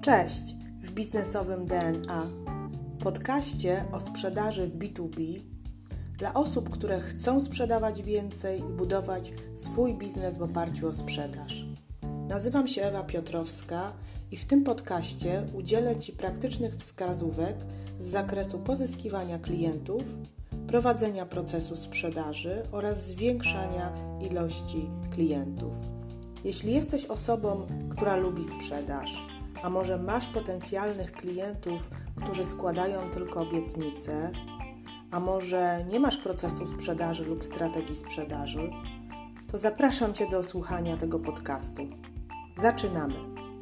Cześć w biznesowym DNA, podcaście o sprzedaży w B2B dla osób, które chcą sprzedawać więcej i budować swój biznes w oparciu o sprzedaż. Nazywam się Ewa Piotrowska i w tym podcaście udzielę Ci praktycznych wskazówek z zakresu pozyskiwania klientów, prowadzenia procesu sprzedaży oraz zwiększania ilości klientów. Jeśli jesteś osobą, która lubi sprzedaż, a może masz potencjalnych klientów, którzy składają tylko obietnice, a może nie masz procesu sprzedaży lub strategii sprzedaży, to zapraszam Cię do słuchania tego podcastu. Zaczynamy!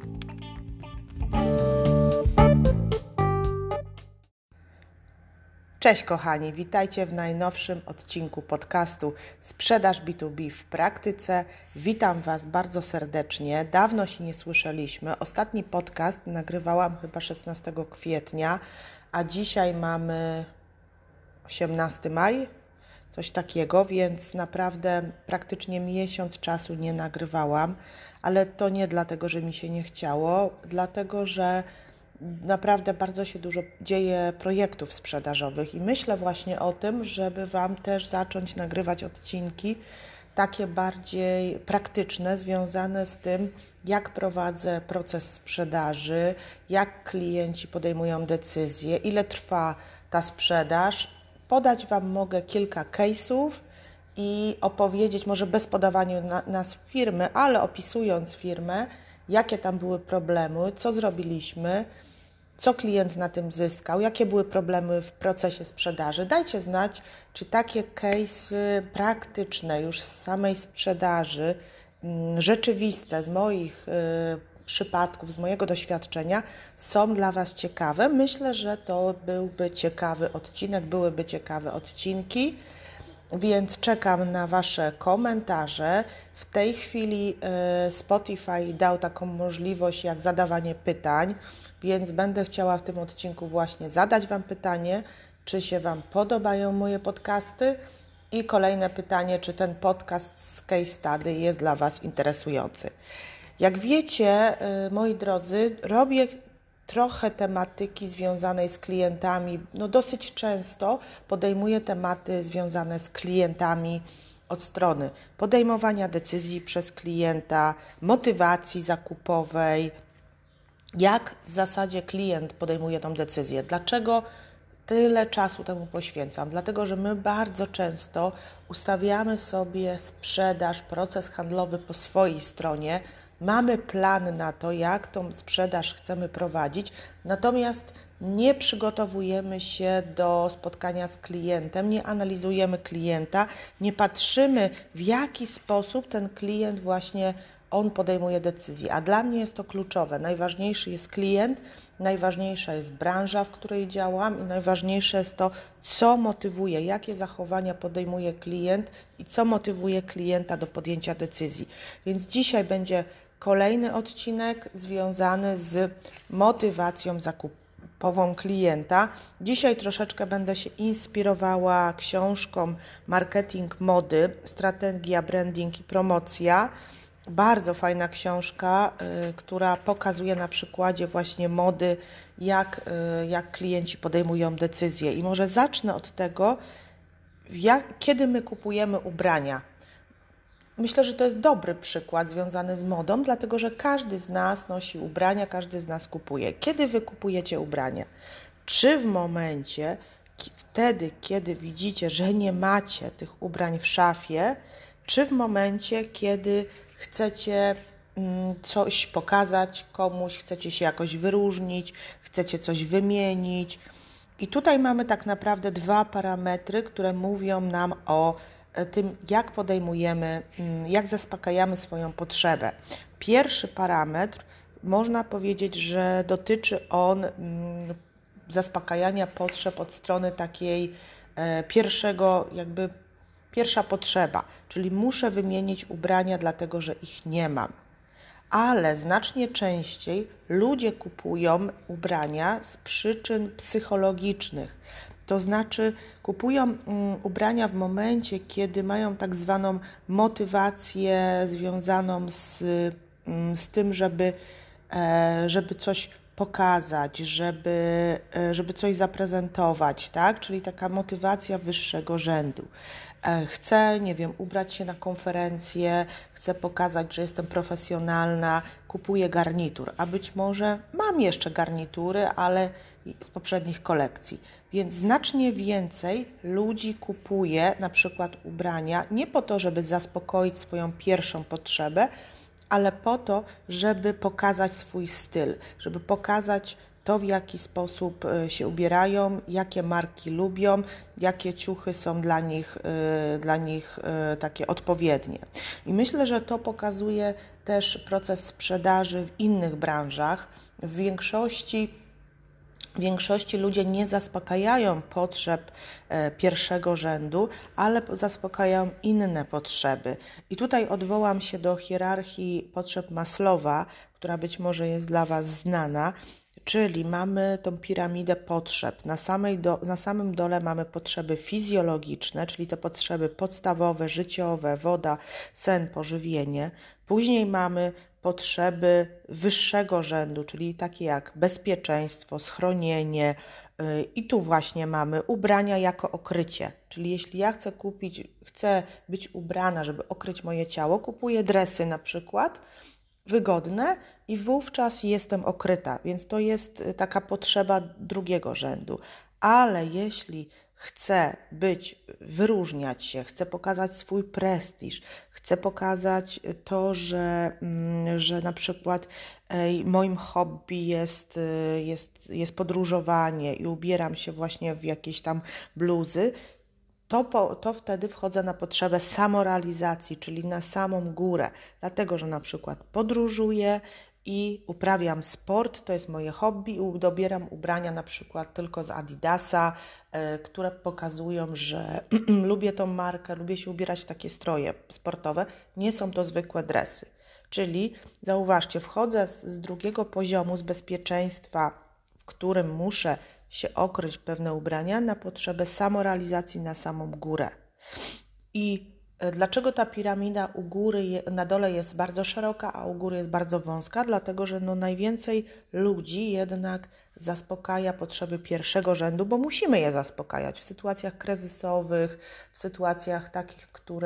Cześć kochani, witajcie w najnowszym odcinku podcastu Sprzedaż B2B w praktyce. Witam Was bardzo serdecznie. Dawno się nie słyszeliśmy. Ostatni podcast nagrywałam chyba 16 kwietnia, a dzisiaj mamy 18 maj, coś takiego, więc naprawdę praktycznie miesiąc czasu nie nagrywałam, ale to nie dlatego, że mi się nie chciało, dlatego, że naprawdę bardzo się dużo dzieje projektów sprzedażowych i myślę właśnie o tym, żeby Wam też zacząć nagrywać odcinki takie bardziej praktyczne, związane z tym, jak prowadzę proces sprzedaży, jak klienci podejmują decyzje, ile trwa ta sprzedaż. Podać Wam mogę kilka case'ów i opowiedzieć, może bez podawania nazw firmy, ale opisując firmę, jakie tam były problemy, co zrobiliśmy, co klient na tym zyskał, jakie były problemy w procesie sprzedaży. Dajcie znać, czy takie case'y praktyczne już z samej sprzedaży, rzeczywiste z moich przypadków, z mojego doświadczenia są dla Was ciekawe. Myślę, że to byłby ciekawy odcinek, byłyby ciekawe odcinki, więc czekam na Wasze komentarze. W tej chwili Spotify dał taką możliwość jak zadawanie pytań, więc będę chciała w tym odcinku właśnie zadać Wam pytanie, czy się Wam podobają moje podcasty i kolejne pytanie, czy ten podcast z case study jest dla Was interesujący. Jak wiecie, moi drodzy, robię trochę tematyki związanej z klientami. Dosyć często podejmuję tematy związane z klientami od strony podejmowania decyzji przez klienta, motywacji zakupowej, jak w zasadzie klient podejmuje tą decyzję. Dlaczego tyle czasu temu poświęcam? Dlatego, że my bardzo często ustawiamy sobie sprzedaż, proces handlowy po swojej stronie, mamy plan na to, jak tą sprzedaż chcemy prowadzić, natomiast nie przygotowujemy się do spotkania z klientem, nie analizujemy klienta, nie patrzymy, w jaki sposób ten klient właśnie on podejmuje decyzje. A dla mnie jest to kluczowe. Najważniejszy jest klient, najważniejsza jest branża, w której działam i najważniejsze jest to, co motywuje, jakie zachowania podejmuje klient i co motywuje klienta do podjęcia decyzji. Więc dzisiaj będzie kolejny odcinek związany z motywacją zakupową klienta. Dzisiaj troszeczkę będę się inspirowała książką Marketing Mody, Strategia, Branding i Promocja. Bardzo fajna książka, która pokazuje na przykładzie właśnie mody, jak klienci podejmują decyzje. I może zacznę od tego, kiedy my kupujemy ubrania. Myślę, że to jest dobry przykład związany z modą, dlatego że każdy z nas nosi ubrania, każdy z nas kupuje. Kiedy Wy kupujecie ubrania? Czy w momencie, wtedy, kiedy widzicie, że nie macie tych ubrań w szafie, czy w momencie, kiedy chcecie coś pokazać komuś, chcecie się jakoś wyróżnić, chcecie coś wymienić. I tutaj mamy tak naprawdę dwa parametry, które mówią nam o tym, jak podejmujemy, jak zaspokajamy swoją potrzebę. Pierwszy parametr, można powiedzieć, że dotyczy on zaspokajania potrzeb od strony takiej pierwsza potrzeba, czyli muszę wymienić ubrania, dlatego że ich nie mam. Ale znacznie częściej ludzie kupują ubrania z przyczyn psychologicznych. To znaczy kupują ubrania w momencie, kiedy mają tak zwaną motywację związaną z tym, żeby coś pokazać, żeby coś zaprezentować, tak? Czyli taka motywacja wyższego rzędu. Chcę, nie wiem, ubrać się na konferencję, chcę pokazać, że jestem profesjonalna, kupuję garnitur, a być może mam jeszcze garnitury, ale z poprzednich kolekcji. Więc znacznie więcej ludzi kupuje na przykład ubrania nie po to, żeby zaspokoić swoją pierwszą potrzebę, ale po to, żeby pokazać swój styl, żeby pokazać to, w jaki sposób się ubierają, jakie marki lubią, jakie ciuchy są dla nich takie odpowiednie. I myślę, że to pokazuje też proces sprzedaży w innych branżach. W większości ludzie nie zaspokajają potrzeb pierwszego rzędu, ale zaspokajają inne potrzeby. I tutaj odwołam się do hierarchii potrzeb Maslowa, która być może jest dla Was znana, czyli mamy tą piramidę potrzeb. Na samym dole mamy potrzeby fizjologiczne, czyli te potrzeby podstawowe, życiowe, woda, sen, pożywienie. Później mamy potrzeby wyższego rzędu, czyli takie jak bezpieczeństwo, schronienie. I tu właśnie mamy ubrania jako okrycie. Czyli jeśli ja chcę być ubrana, żeby okryć moje ciało, kupuję dresy na przykład, wygodne i wówczas jestem okryta, więc to jest taka potrzeba drugiego rzędu. Ale jeśli chcę wyróżniać się, chcę pokazać swój prestiż, chcę pokazać to, że na przykład moim hobby jest podróżowanie i ubieram się właśnie w jakieś tam bluzy, to wtedy wchodzę na potrzebę samorealizacji, czyli na samą górę, dlatego że na przykład podróżuję i uprawiam sport, to jest moje hobby i dobieram ubrania na przykład tylko z Adidasa, które pokazują, że lubię tą markę, lubię się ubierać w takie stroje sportowe, nie są to zwykłe dresy. Czyli zauważcie, wchodzę z drugiego poziomu, z bezpieczeństwa, w którym muszę się okryć w pewne ubrania, na potrzebę samorealizacji na samą górę. I dlaczego ta piramida na dole jest bardzo szeroka, a u góry jest bardzo wąska? Dlatego, że najwięcej ludzi jednak zaspokaja potrzeby pierwszego rzędu, bo musimy je zaspokajać w sytuacjach kryzysowych, w sytuacjach takich,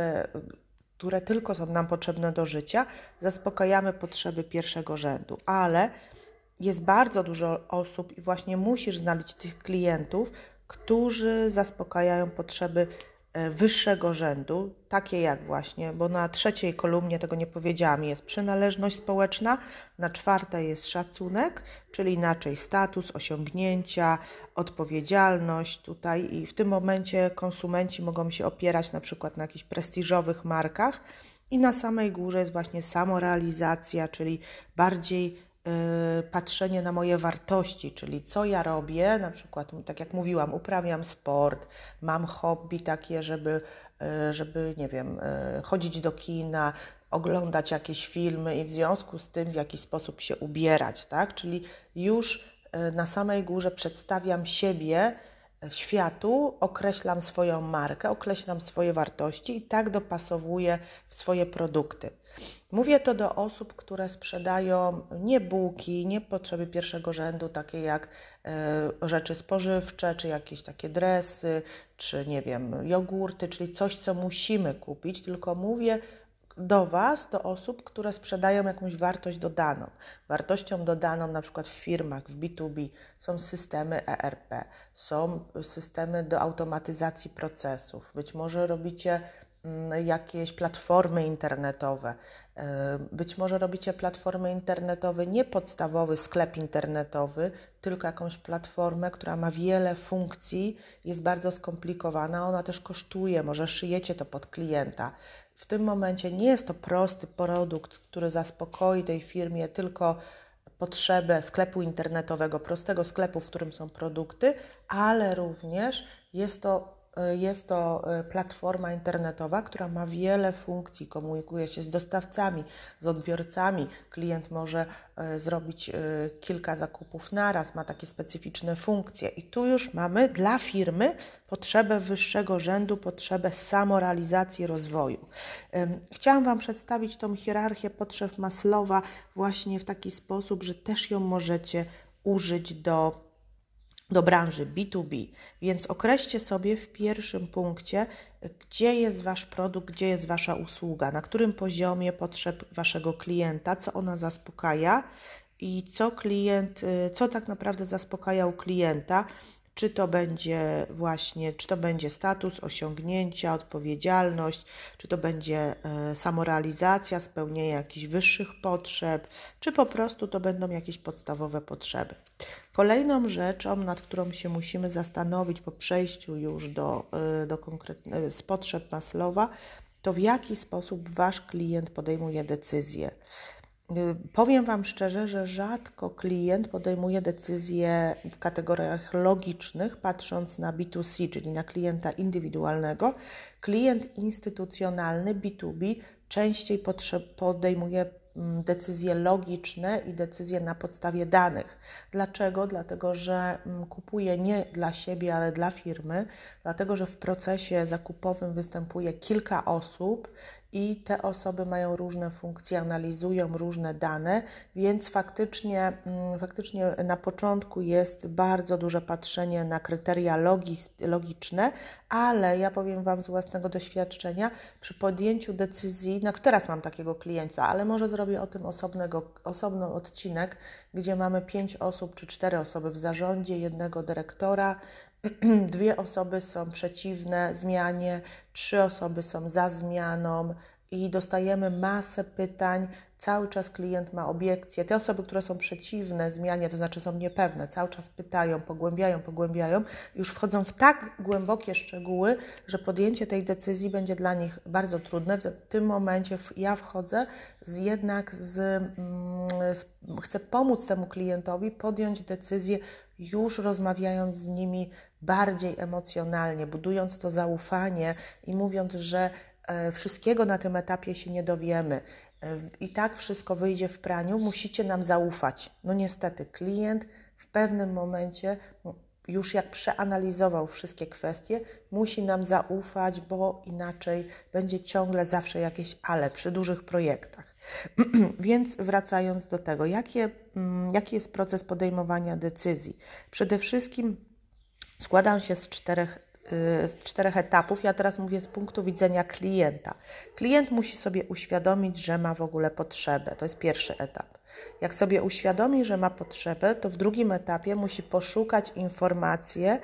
które tylko są nam potrzebne do życia, zaspokajamy potrzeby pierwszego rzędu, ale jest bardzo dużo osób i właśnie musisz znaleźć tych klientów, którzy zaspokajają potrzeby wyższego rzędu, takie jak właśnie, bo na trzeciej kolumnie tego nie powiedziałam, jest przynależność społeczna, na czwartej jest szacunek, czyli inaczej status, osiągnięcia, odpowiedzialność tutaj i w tym momencie konsumenci mogą się opierać na przykład na jakichś prestiżowych markach i na samej górze jest właśnie samorealizacja, czyli bardziej patrzenie na moje wartości, czyli co ja robię, na przykład, tak jak mówiłam, uprawiam sport, mam hobby takie, żeby nie wiem, chodzić do kina, oglądać jakieś filmy i w związku z tym w jakiś sposób się ubierać, tak? Czyli już na samej górze przedstawiam siebie światu, określam swoją markę, określam swoje wartości i tak dopasowuję w swoje produkty. Mówię to do osób, które sprzedają nie bułki, nie potrzeby pierwszego rzędu, takie jak rzeczy spożywcze, czy jakieś takie dresy, czy nie wiem, jogurty, czyli coś, co musimy kupić, tylko mówię do Was, do osób, które sprzedają jakąś wartość dodaną. Wartością dodaną na przykład w firmach, w B2B są systemy ERP, są systemy do automatyzacji procesów. Być może robicie jakieś platformy internetowe. Być może robicie platformy internetowe, nie podstawowy sklep internetowy, tylko jakąś platformę, która ma wiele funkcji, jest bardzo skomplikowana, ona też kosztuje, może szyjecie to pod klienta. W tym momencie nie jest to prosty produkt, który zaspokoi tej firmie tylko potrzebę sklepu internetowego, prostego sklepu, w którym są produkty, ale również jest to platforma internetowa, która ma wiele funkcji, komunikuje się z dostawcami, z odbiorcami. Klient może zrobić kilka zakupów naraz, ma takie specyficzne funkcje. I tu już mamy dla firmy potrzebę wyższego rzędu, potrzebę samorealizacji, rozwoju. Chciałam Wam przedstawić tą hierarchię potrzeb Maslowa właśnie w taki sposób, że też ją możecie użyć do branży B2B. Więc określcie sobie w pierwszym punkcie, gdzie jest Wasz produkt, gdzie jest Wasza usługa, na którym poziomie potrzeb Waszego klienta, co ona zaspokaja i co tak naprawdę zaspokaja u klienta. Czy to będzie status, osiągnięcia, odpowiedzialność, czy to będzie samorealizacja, spełnienie jakichś wyższych potrzeb, czy po prostu to będą jakieś podstawowe potrzeby. Kolejną rzeczą, nad którą się musimy zastanowić po przejściu już z potrzeb Maslowa, to w jaki sposób Wasz klient podejmuje decyzje. Powiem Wam szczerze, że rzadko klient podejmuje decyzje w kategoriach logicznych, patrząc na B2C, czyli na klienta indywidualnego. Klient instytucjonalny B2B częściej podejmuje decyzje logiczne i decyzje na podstawie danych. Dlaczego? Dlatego, że kupuje nie dla siebie, ale dla firmy, dlatego, że w procesie zakupowym występuje kilka osób i te osoby mają różne funkcje, analizują różne dane, więc faktycznie na początku jest bardzo duże patrzenie na kryteria logiczne, ale ja powiem Wam z własnego doświadczenia, przy podjęciu decyzji, teraz mam takiego klienta, ale może zrobię o tym osobny odcinek, gdzie mamy 5 osób czy 4 osoby w zarządzie, jednego dyrektora, 2 osoby są przeciwne zmianie, 3 osoby są za zmianą i dostajemy masę pytań. Cały czas klient ma obiekcje. Te osoby, które są przeciwne zmianie, to znaczy są niepewne, cały czas pytają, pogłębiają, już wchodzą w tak głębokie szczegóły, że podjęcie tej decyzji będzie dla nich bardzo trudne. W tym momencie ja wchodzę chcę pomóc temu klientowi podjąć decyzję, już rozmawiając z nimi bardziej emocjonalnie, budując to zaufanie i mówiąc, że wszystkiego na tym etapie się nie dowiemy. I tak wszystko wyjdzie w praniu, musicie nam zaufać. No niestety, klient w pewnym momencie, już jak przeanalizował wszystkie kwestie, musi nam zaufać, bo inaczej będzie ciągle zawsze jakieś ale przy dużych projektach. Więc wracając do tego, jaki jest proces podejmowania decyzji? Przede wszystkim składam się z czterech etapów. Ja teraz mówię z punktu widzenia klienta. Klient musi sobie uświadomić, że ma w ogóle potrzebę. To jest pierwszy etap. Jak sobie uświadomi, że ma potrzebę, to w drugim etapie musi poszukać informacji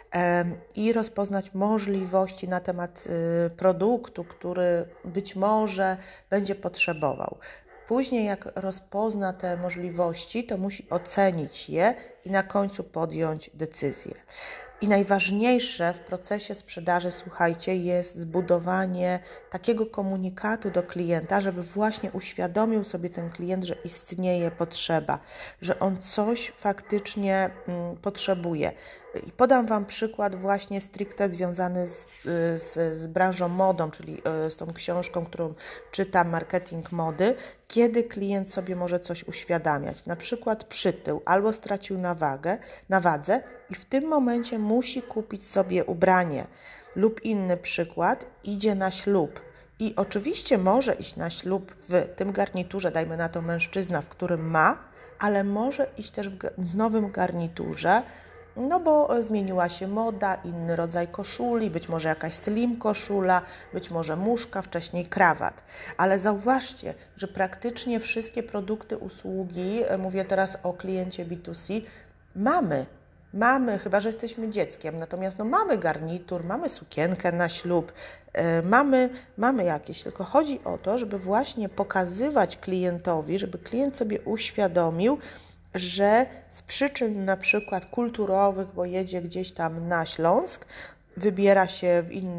i rozpoznać możliwości na temat produktu, który być może będzie potrzebował. Później jak rozpozna te możliwości, to musi ocenić je i na końcu podjąć decyzję. I najważniejsze w procesie sprzedaży, słuchajcie, jest zbudowanie takiego komunikatu do klienta, żeby właśnie uświadomił sobie ten klient, że istnieje potrzeba, że on coś faktycznie potrzebuje. I podam Wam przykład właśnie stricte związany z branżą modą, czyli z tą książką, którą czytam, Marketing Mody, kiedy klient sobie może coś uświadamiać, na przykład przytył albo stracił na wadze i w tym momencie musi kupić sobie ubranie. Lub inny przykład, idzie na ślub. I oczywiście może iść na ślub w tym garniturze, dajmy na to mężczyzna, w którym ma, ale może iść też w nowym garniturze, no bo zmieniła się moda, inny rodzaj koszuli, być może jakaś slim koszula, być może muszka, wcześniej krawat. Ale zauważcie, że praktycznie wszystkie produkty, usługi, mówię teraz o kliencie B2C, mamy, chyba że jesteśmy dzieckiem, natomiast mamy garnitur, mamy sukienkę na ślub, mamy jakieś, tylko chodzi o to, żeby właśnie pokazywać klientowi, żeby klient sobie uświadomił, że z przyczyn na przykład kulturowych, bo jedzie gdzieś tam na Śląsk, wybiera się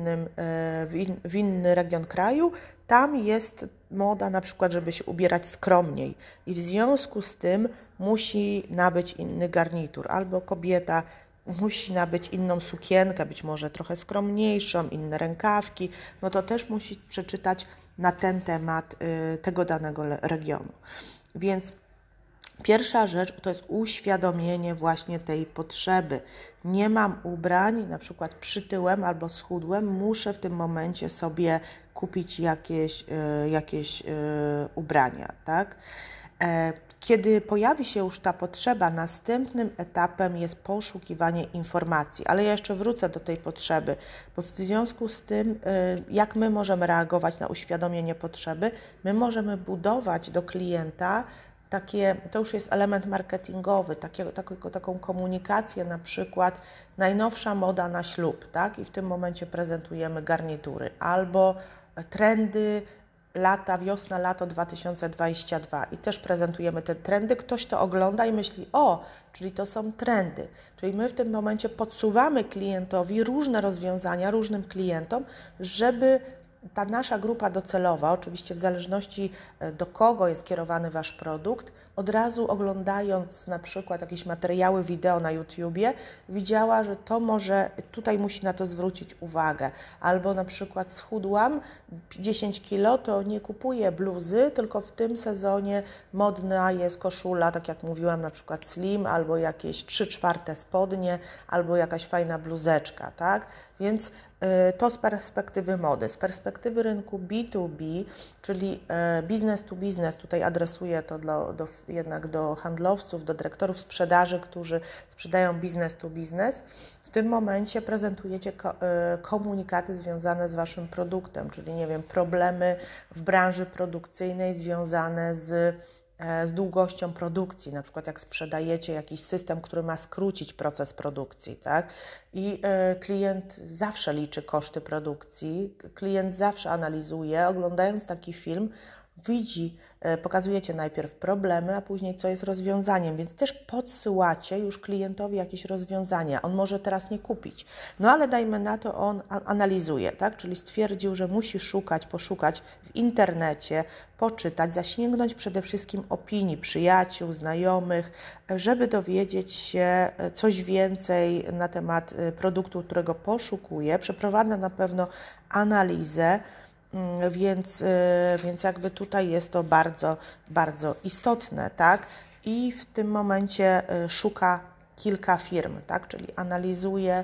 w inny region kraju, tam jest moda na przykład, żeby się ubierać skromniej i w związku z tym musi nabyć inny garnitur, albo kobieta musi nabyć inną sukienkę, być może trochę skromniejszą, inne rękawki, no to też musi przeczytać na ten temat tego danego regionu. Więc pierwsza rzecz to jest uświadomienie właśnie tej potrzeby. Nie mam ubrań, na przykład przytyłem albo schudłem, muszę w tym momencie sobie kupić jakieś ubrania, tak? Kiedy pojawi się już ta potrzeba, następnym etapem jest poszukiwanie informacji. Ale ja jeszcze wrócę do tej potrzeby, bo w związku z tym, jak my możemy reagować na uświadomienie potrzeby, my możemy budować do klienta to już jest element marketingowy, taką komunikację, na przykład najnowsza moda na ślub, tak? I w tym momencie prezentujemy garnitury, albo trendy wiosna, lato 2022 i też prezentujemy te trendy. Ktoś to ogląda i myśli, czyli to są trendy. Czyli my w tym momencie podsuwamy klientowi różne rozwiązania, różnym klientom, żeby ta nasza grupa docelowa, oczywiście w zależności do kogo jest kierowany Wasz produkt, od razu oglądając na przykład jakieś materiały wideo na YouTubie, widziała, że tutaj musi na to zwrócić uwagę. Albo na przykład schudłam 10 kg, to nie kupuję bluzy, tylko w tym sezonie modna jest koszula, tak jak mówiłam, na przykład slim, albo jakieś 3/4 spodnie, albo jakaś fajna bluzeczka, tak? Więc to z perspektywy mody. Z perspektywy rynku B2B, czyli business to business, tutaj adresuję to jednak do handlowców, do dyrektorów sprzedaży, którzy sprzedają business to business. W tym momencie prezentujecie komunikaty związane z Waszym produktem, czyli nie wiem, problemy w branży produkcyjnej związane z długością produkcji, na przykład jak sprzedajecie jakiś system, który ma skrócić proces produkcji, tak? I klient zawsze liczy koszty produkcji, klient zawsze analizuje, oglądając taki film, pokazujecie najpierw problemy, a później co jest rozwiązaniem, więc też podsyłacie już klientowi jakieś rozwiązania. On może teraz nie kupić, no ale dajmy na to, on analizuje, tak? Czyli stwierdził, że musi poszukać w internecie, poczytać, zasięgnąć przede wszystkim opinii przyjaciół, znajomych, żeby dowiedzieć się coś więcej na temat produktu, którego poszukuje. Przeprowadza na pewno analizę, więc jakby tutaj jest to bardzo, bardzo istotne, tak? I w tym momencie szuka kilka firm, tak? Czyli analizuje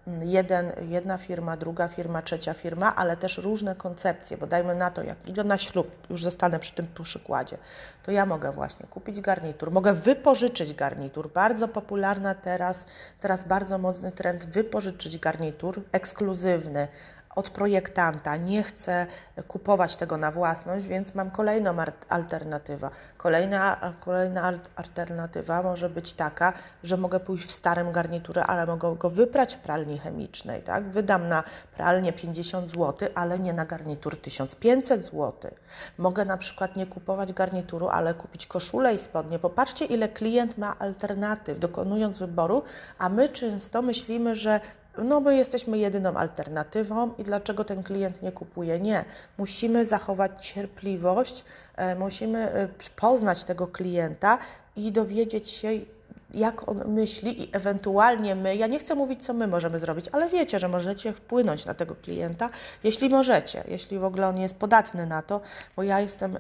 jedna firma, druga firma, trzecia firma, ale też różne koncepcje, bo dajmy na to, jak idę na ślub, już zostanę przy tym przykładzie, to ja mogę właśnie kupić garnitur, mogę wypożyczyć garnitur, bardzo popularna teraz bardzo mocny trend, wypożyczyć garnitur ekskluzywny, od projektanta, nie chcę kupować tego na własność, więc mam kolejną alternatywę. Kolejna alternatywa może być taka, że mogę pójść w starym garniturze, ale mogę go wyprać w pralni chemicznej, tak? Wydam na pralnię 50 zł, ale nie na garnitur 1500 zł. Mogę na przykład nie kupować garnituru, ale kupić koszulę i spodnie. Popatrzcie, ile klient ma alternatyw, dokonując wyboru, a my często myślimy, że my jesteśmy jedyną alternatywą i dlaczego ten klient nie kupuje? Nie. Musimy zachować cierpliwość, musimy poznać tego klienta i dowiedzieć się, jak on myśli i ewentualnie ja nie chcę mówić, co my możemy zrobić, ale wiecie, że możecie wpłynąć na tego klienta, jeśli możecie, jeśli w ogóle on jest podatny na to, bo ja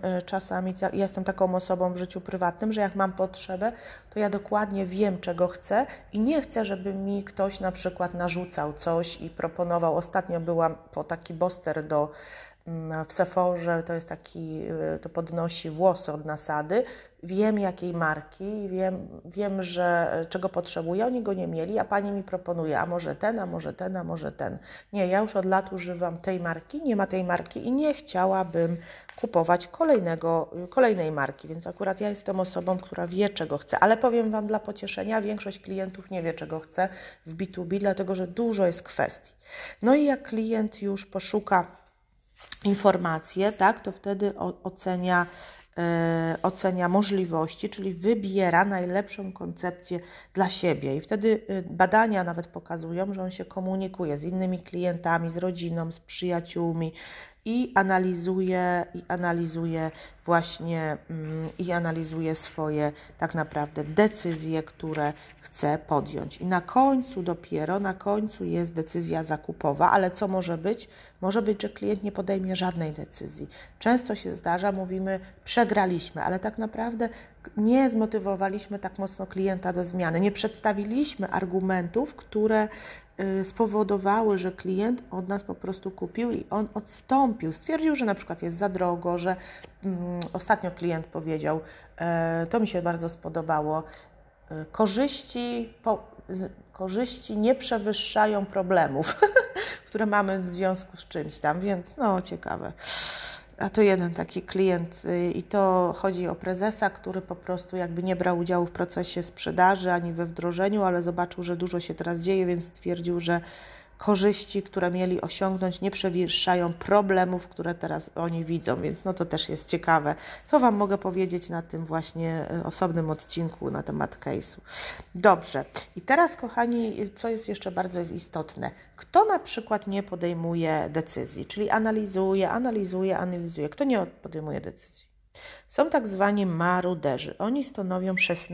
jestem taką osobą w życiu prywatnym, że jak mam potrzebę, to ja dokładnie wiem, czego chcę i nie chcę, żeby mi ktoś na przykład narzucał coś i proponował. Ostatnio byłam po taki boster w Sephorze, to podnosi włosy od nasady. Wiem, jakiej marki, wiem, że czego potrzebuję, oni go nie mieli, a pani mi proponuje, a może ten, a może ten, a może ten. Nie, ja już od lat używam tej marki, nie ma tej marki i nie chciałabym kupować kolejnej marki, więc akurat ja jestem osobą, która wie, czego chce, ale powiem Wam dla pocieszenia, większość klientów nie wie, czego chce w B2B, dlatego że dużo jest kwestii. No i jak klient już poszuka informacje, tak, to wtedy ocenia możliwości, czyli wybiera najlepszą koncepcję dla siebie i wtedy badania nawet pokazują, że on się komunikuje z innymi klientami, z rodziną, z przyjaciółmi i analizuje swoje tak naprawdę decyzje, które chce podjąć. I na końcu jest decyzja zakupowa, ale co może być? Może być, że klient nie podejmie żadnej decyzji. Często się zdarza, mówimy, przegraliśmy, ale tak naprawdę nie zmotywowaliśmy tak mocno klienta do zmiany. Nie przedstawiliśmy argumentów, które spowodowały, że klient od nas po prostu kupił i on odstąpił. Stwierdził, że na przykład jest za drogo, że ostatnio klient powiedział, to mi się bardzo spodobało, korzyści nie przewyższają problemów, które mamy w związku z czymś tam, więc ciekawe. A to jeden taki klient i to chodzi o prezesa, który po prostu jakby nie brał udziału w procesie sprzedaży ani we wdrożeniu, ale zobaczył, że dużo się teraz dzieje, więc stwierdził, że korzyści, które mieli osiągnąć, nie przewyższają problemów, które teraz oni widzą, więc to też jest ciekawe. To Wam mogę powiedzieć na tym właśnie osobnym odcinku na temat case'u. Dobrze. I teraz, kochani, co jest jeszcze bardzo istotne. Kto na przykład nie podejmuje decyzji, czyli analizuje. Kto nie podejmuje decyzji? Są tak zwani maruderzy. Oni stanowią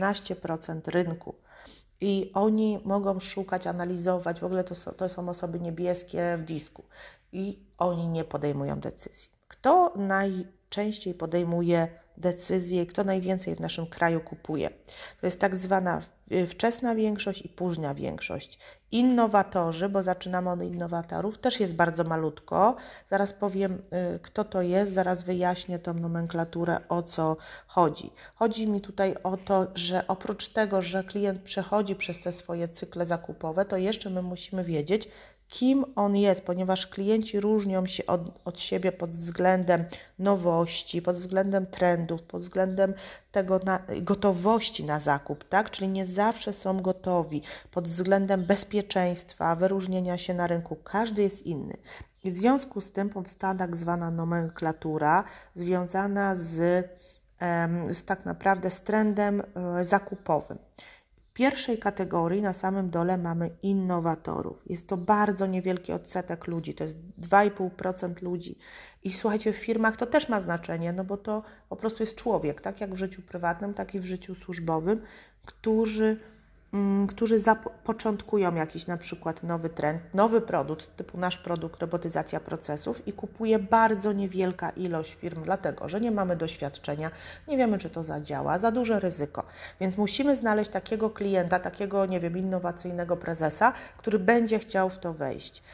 16% rynku. I oni mogą szukać, analizować, w ogóle to są osoby niebieskie w disku i oni nie podejmują decyzji. Kto najczęściej podejmuje decyzje, kto najwięcej w naszym kraju kupuje? To jest tak zwana wczesna większość i późna większość. Innowatorzy, bo zaczynamy od innowatorów, też jest bardzo malutko. Zaraz powiem, kto to jest, zaraz wyjaśnię tą nomenklaturę, o co chodzi. Chodzi mi tutaj o to, że oprócz tego, że klient przechodzi przez te swoje cykle zakupowe, to jeszcze my musimy wiedzieć, kim on jest, ponieważ klienci różnią się od siebie pod względem nowości, pod względem trendów, pod względem tego gotowości na zakup, tak? Czyli nie zawsze są gotowi, pod względem bezpieczeństwa, wyróżnienia się na rynku. Każdy jest inny. I w związku z tym powstała tak zwana nomenklatura związana z tak naprawdę z trendem zakupowym. W pierwszej kategorii na samym dole mamy innowatorów. Jest to bardzo niewielki odsetek ludzi, to jest 2,5% ludzi. I słuchajcie, w firmach to też ma znaczenie, bo to po prostu jest człowiek, tak jak w życiu prywatnym, tak i w życiu służbowym, którzy początkują jakiś na przykład nowy trend, nowy produkt, typu nasz produkt robotyzacja procesów i kupuje bardzo niewielka ilość firm, dlatego że nie mamy doświadczenia, nie wiemy, czy to zadziała, za duże ryzyko. Więc musimy znaleźć takiego klienta, takiego, innowacyjnego prezesa, który będzie chciał w to wejść.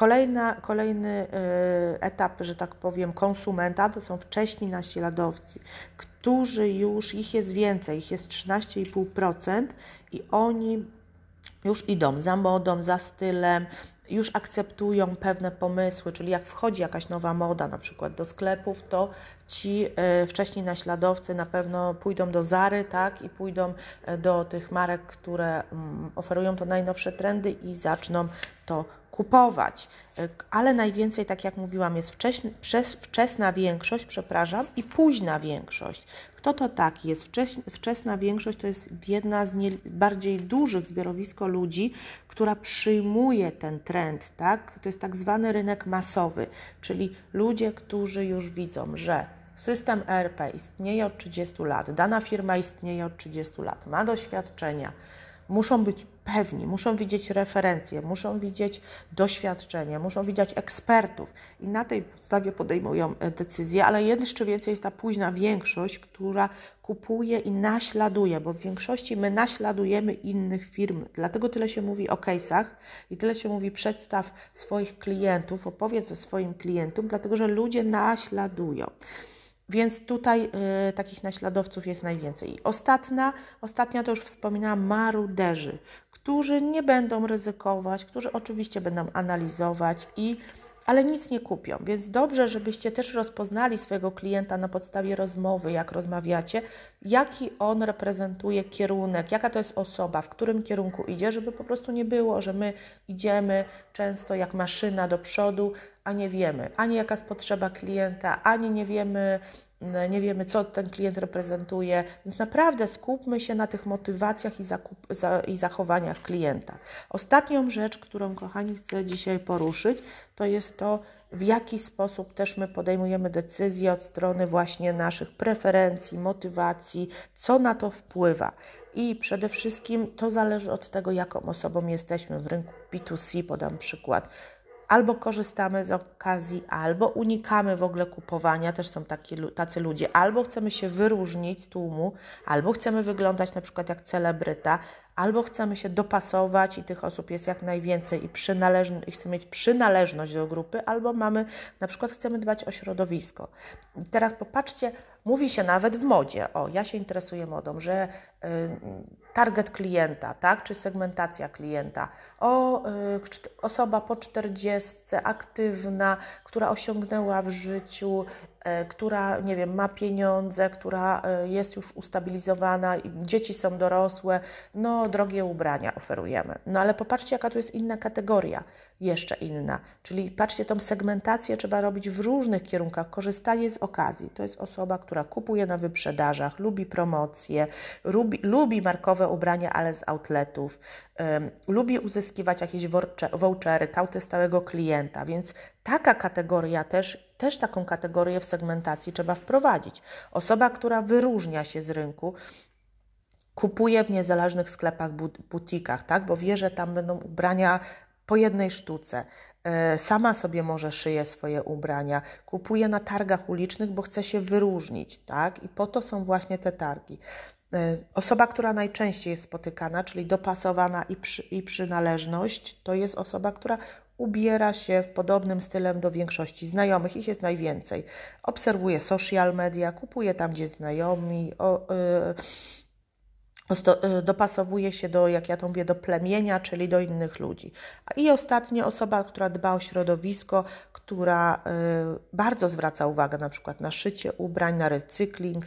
Kolejny etap, że tak powiem, konsumenta to są wcześni naśladowcy, którzy już, ich jest więcej, ich jest 13,5% i oni już idą za modą, za stylem, już akceptują pewne pomysły, czyli jak wchodzi jakaś nowa moda na przykład do sklepów, to ci wcześniej naśladowcy na pewno pójdą do Zary, tak, i pójdą do tych marek, które oferują to najnowsze trendy i zaczną to kupować. Ale najwięcej, tak jak mówiłam, jest wczesna większość, i późna większość. Kto to taki jest? Wczesna większość to jest jedna z bardziej dużych zbiorowisko ludzi, która przyjmuje ten trend, tak? To jest tak zwany rynek masowy, czyli ludzie, którzy już widzą, że system ERP istnieje od 30 lat, dana firma istnieje od 30 lat, ma doświadczenia, muszą być pewni, muszą widzieć referencje, muszą widzieć doświadczenie, muszą widzieć ekspertów i na tej podstawie podejmują decyzje, ale jeszcze więcej jest ta późna większość, która kupuje i naśladuje, bo w większości my naśladujemy innych firm, dlatego tyle się mówi o case'ach i tyle się mówi przedstaw swoich klientów, opowiedz o swoim klientom, dlatego że ludzie naśladują. Więc tutaj takich naśladowców jest najwięcej. I ostatnia to już wspominałam, maruderzy, którzy nie będą ryzykować, którzy oczywiście będą analizować, ale nic nie kupią. Więc dobrze, żebyście też rozpoznali swojego klienta na podstawie rozmowy, jak rozmawiacie, jaki on reprezentuje kierunek, jaka to jest osoba, w którym kierunku idzie, żeby po prostu nie było, że my idziemy często jak maszyna do przodu, a nie wiemy ani jaka jest potrzeba klienta, ani nie wiemy, co ten klient reprezentuje. Więc naprawdę skupmy się na tych motywacjach i zachowaniach klienta. Ostatnią rzecz, którą, kochani, chcę dzisiaj poruszyć, to jest to, w jaki sposób też my podejmujemy decyzje od strony właśnie naszych preferencji, motywacji, co na to wpływa. I przede wszystkim to zależy od tego, jaką osobą jesteśmy w rynku B2C, podam przykład. albo korzystamy z okazji, albo unikamy w ogóle kupowania, też są tacy ludzie, albo chcemy się wyróżnić z tłumu, albo chcemy wyglądać na przykład jak celebryta, albo chcemy się dopasować i tych osób jest jak najwięcej i chcemy mieć przynależność do grupy, albo na przykład chcemy dbać o środowisko. I teraz popatrzcie, mówi się nawet w modzie, ja się interesuję modą, że target klienta, tak, czy segmentacja klienta, osoba po 40, aktywna, która osiągnęła w życiu, która, nie wiem, ma pieniądze, która jest już ustabilizowana, dzieci są dorosłe, drogie ubrania oferujemy. Ale popatrzcie, jaka tu jest inna kategoria, jeszcze inna. Czyli patrzcie, tą segmentację trzeba robić w różnych kierunkach. Korzystanie z okazji. To jest osoba, która kupuje na wyprzedażach, lubi promocje, lubi markowe ubrania, ale z outletów, lubi uzyskiwać jakieś vouchery, kauty stałego klienta, więc taka kategoria też taką kategorię w segmentacji trzeba wprowadzić. Osoba, która wyróżnia się z rynku, kupuje w niezależnych sklepach, butikach, tak? Bo wie, że tam będą ubrania po jednej sztuce. Sama sobie może szyje swoje ubrania, kupuje na targach ulicznych, bo chce się wyróżnić, tak? I po to są właśnie te targi. Osoba, która najczęściej jest spotykana, czyli dopasowana i przynależność, to jest osoba, która ubiera się w podobnym stylem do większości znajomych, ich jest najwięcej. Obserwuje social media, kupuje tam, gdzie znajomi, dopasowuje się do, jak ja to mówię, do plemienia, czyli do innych ludzi. I ostatnia osoba, która dba o środowisko, która bardzo zwraca uwagę na przykład na szycie ubrań, na recykling,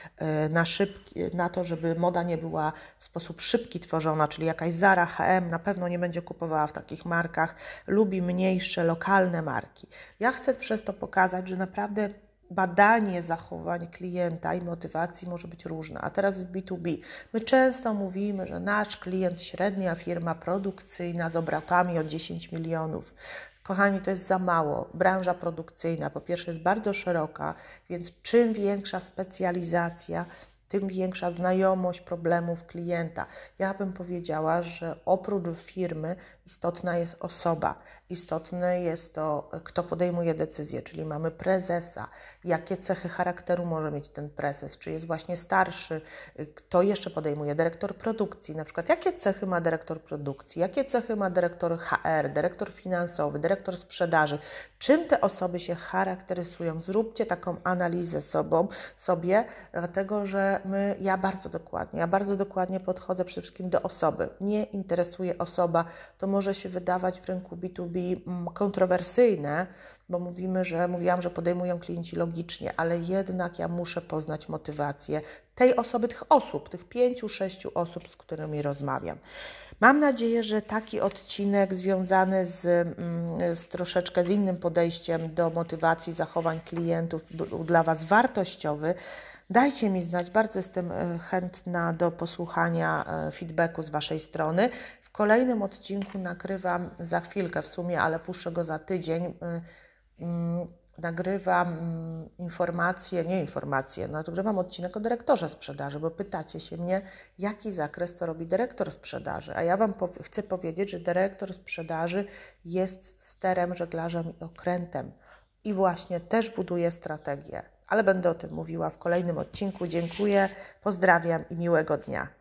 na to, żeby moda nie była w sposób szybki tworzona, czyli jakaś Zara, H&M na pewno nie będzie kupowała w takich markach, lubi mniejsze, lokalne marki. Ja chcę przez to pokazać, że naprawdę badanie zachowań klienta i motywacji może być różne. A teraz w B2B. My często mówimy, że nasz klient, średnia firma produkcyjna z obrotami od 10 milionów. Kochani, to jest za mało. Branża produkcyjna po pierwsze jest bardzo szeroka, więc czym większa specjalizacja, tym większa znajomość problemów klienta. Ja bym powiedziała, że oprócz firmy istotna jest osoba. Istotne jest to, kto podejmuje decyzje, czyli mamy prezesa, jakie cechy charakteru może mieć ten prezes, czy jest właśnie starszy, kto jeszcze podejmuje, dyrektor produkcji, na przykład jakie cechy ma dyrektor produkcji, jakie cechy ma dyrektor HR, dyrektor finansowy, dyrektor sprzedaży, czym te osoby się charakteryzują. Zróbcie taką analizę sobie, dlatego że ja bardzo dokładnie podchodzę przede wszystkim do osoby. Mnie interesuje osoba, to może się wydawać w rynku B2B kontrowersyjne, bo mówiłam, że podejmują klienci logicznie, ale jednak ja muszę poznać motywację tej osoby, tych 5-6 osób, z którymi rozmawiam. Mam nadzieję, że taki odcinek związany z troszeczkę z innym podejściem do motywacji zachowań klientów był dla Was wartościowy. Dajcie mi znać, bardzo jestem chętna do posłuchania feedbacku z Waszej strony. W kolejnym odcinku nagrywam za chwilkę w sumie, ale puszczę go za tydzień. Nagrywam nagrywam odcinek o dyrektorze sprzedaży, bo pytacie się mnie, jaki zakres, co robi dyrektor sprzedaży. A ja Wam chcę powiedzieć, że dyrektor sprzedaży jest sterem, żeglarzem i okrętem. I właśnie też buduje strategię. Ale będę o tym mówiła w kolejnym odcinku. Dziękuję, pozdrawiam i miłego dnia.